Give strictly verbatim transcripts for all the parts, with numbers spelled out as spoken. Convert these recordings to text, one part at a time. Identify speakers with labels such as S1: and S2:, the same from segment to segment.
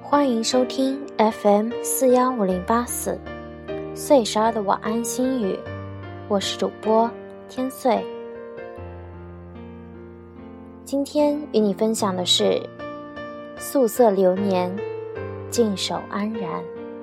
S1: 欢迎收听 F M 四一五零八四岁十二的晚安心语，我是主播天岁。今天与你分享的是素色流年，静守安然。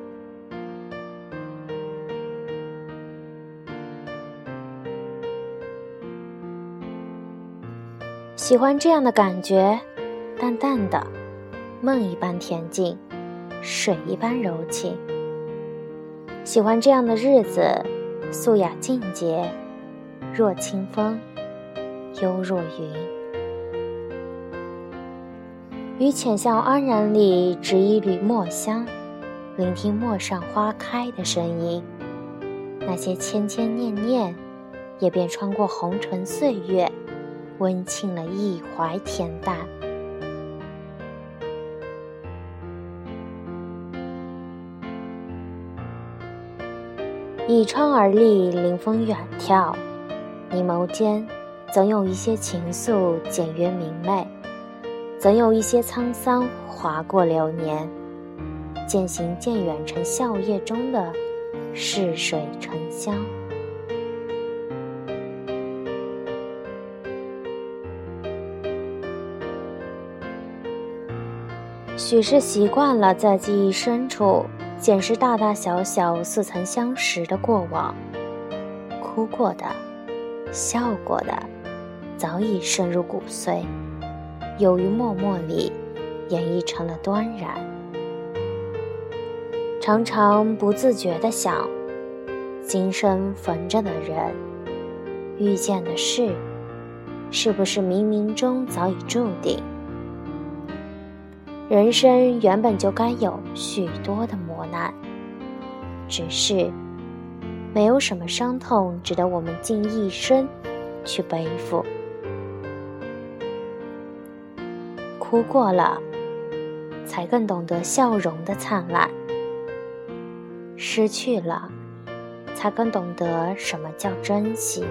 S1: 喜欢这样的感觉，淡淡的，梦一般恬静，水一般柔情。喜欢这样的日子，素雅静洁，若清风，幽若云。于浅笑安然里执一缕墨香，聆听陌上花开的声音，那些牵牵念念，也便穿过红尘岁月，温沁了一怀恬淡。倚窗而立，临风远眺，你眸间总有一些情愫简约明媚，总有一些沧桑划过流年，渐行渐远成笑靥中的逝水沉香。许是习惯了在记忆深处检视大大小小似曾相识的过往，哭过的，笑过的，早已深入骨髓，有于默默里演绎成了端然。常常不自觉地想，今生逢着的人，遇见的事，是不是冥冥中早已注定？人生原本就该有许多的磨难，只是没有什么伤痛值得我们尽一生去背负。哭过了，才更懂得笑容的灿烂；失去了，才更懂得什么叫珍惜。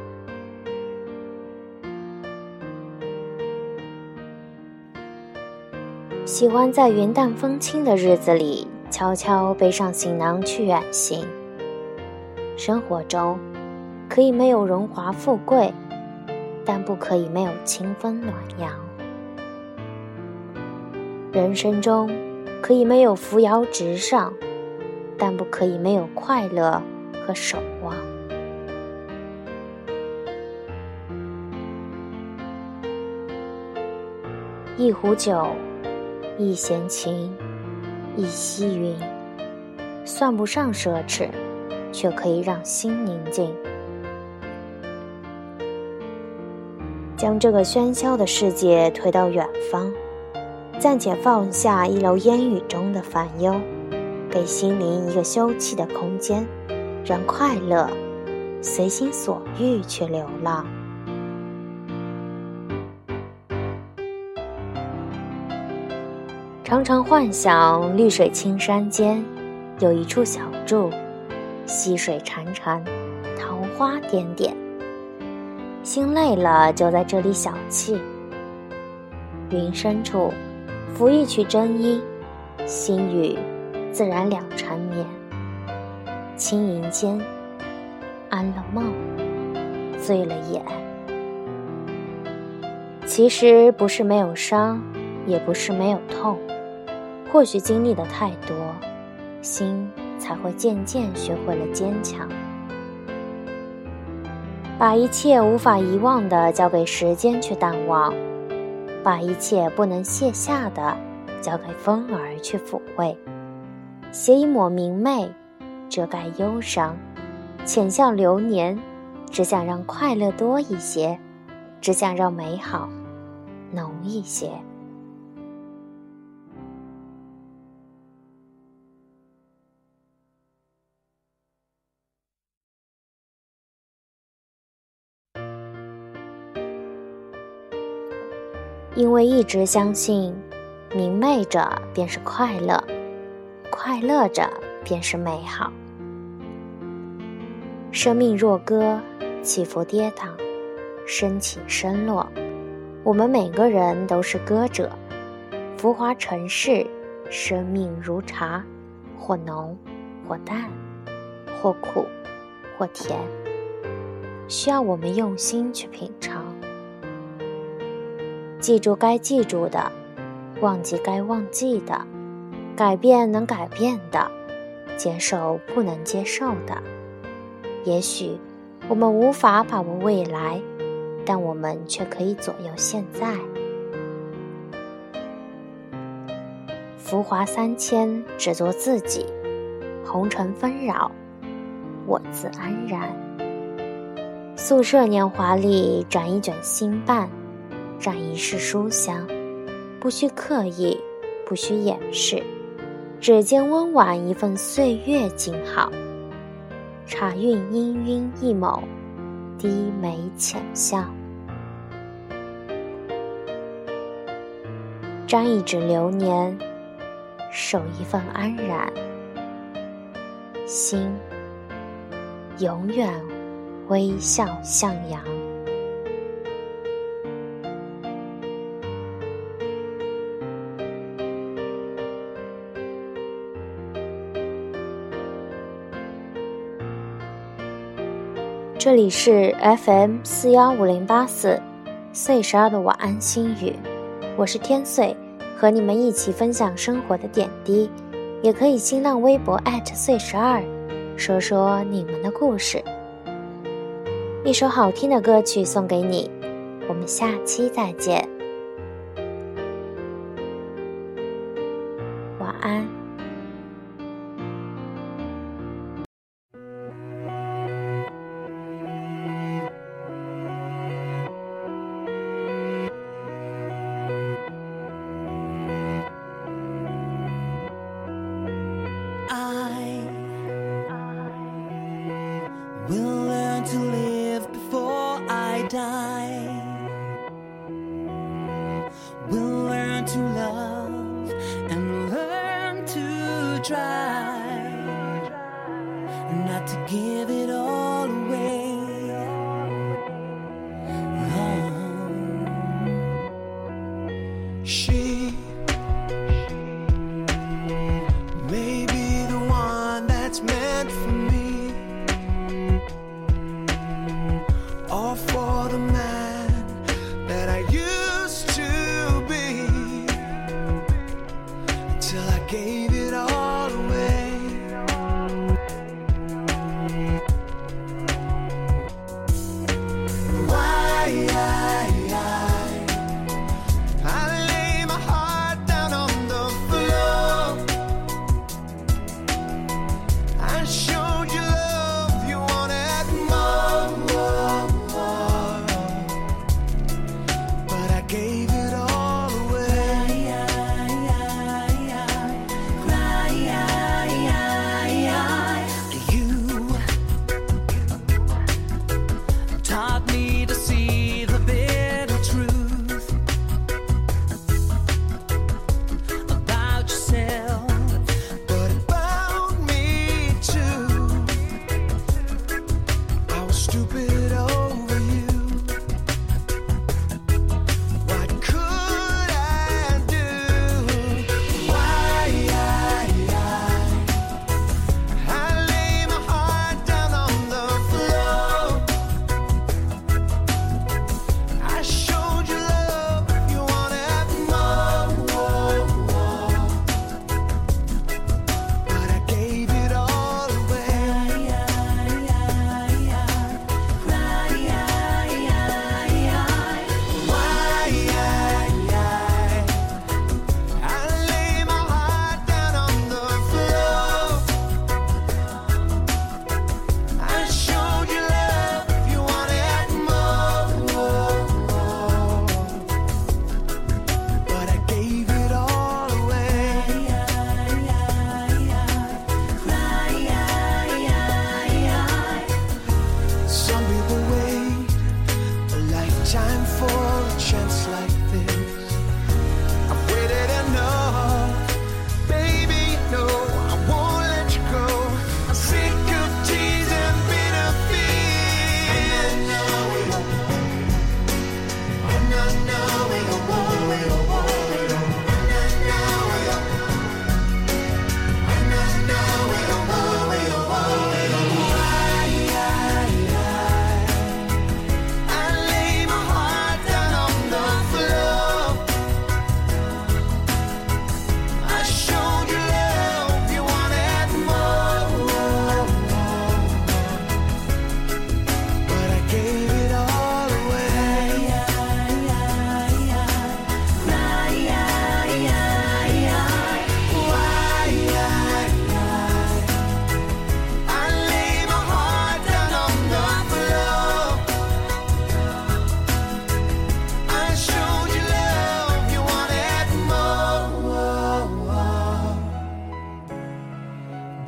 S1: 喜欢在云淡风轻的日子里，悄悄背上行囊去远行。生活中可以没有荣华富贵，但不可以没有清风暖阳。人生中可以没有扶摇直上，但不可以没有快乐和守望。一壶酒，一闲情，一溪云，算不上奢侈，却可以让心宁静。将这个喧嚣的世界推到远方，暂且放下一楼烟雨中的烦忧，给心灵一个休憩的空间，让快乐随心所欲去流浪。常常幻想绿水青山间有一处小筑，溪水潺潺，桃花点点，心累了就在这里小憩。云深处拂一曲真音，心语自然了缠绵。轻吟间安了梦，醉了眼。其实不是没有伤，也不是没有痛，或许经历的太多，心才会渐渐学会了坚强。把一切无法遗忘的交给时间去淡忘，把一切不能卸下的交给风儿去抚慰。携一抹明媚遮盖忧伤，浅笑流年，只想让快乐多一些，只想让美好浓一些。因为一直相信，明媚着便是快乐，快乐着便是美好。生命若歌，起伏跌宕，升起升落，我们每个人都是歌者，浮华尘世， 生命如茶，或浓或淡，或苦或甜，需要我们用心去品尝。记住该记住的，忘记该忘记的，改变能改变的，接受不能接受的。也许我们无法把握未来，但我们却可以左右现在。浮华三千，只做自己；红尘纷扰，我自安然。宿舍年华里展一卷新瓣，展一世书香，不需刻意，不需掩饰，指尖温婉一份岁月静好。茶韵氤氲一眸，低眉浅笑。沾一纸流年，守一份安然，心永远微笑向阳。这里是 F M 四一五零八四岁十二的晚安心语，我是天岁，和你们一起分享生活的点滴，也可以新浪微博 at 岁十二，说说你们的故事。一首好听的歌曲送给你，我们下期再见，晚安。
S2: Will learn to live before I die. Will learn to love and learn to try not to give it all away. Oh. She may be the one that's meant for me, all for the man that I used to be, until I gave it all away.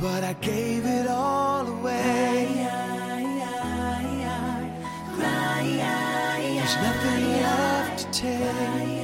S2: but I gave it all away. There's nothing left to take.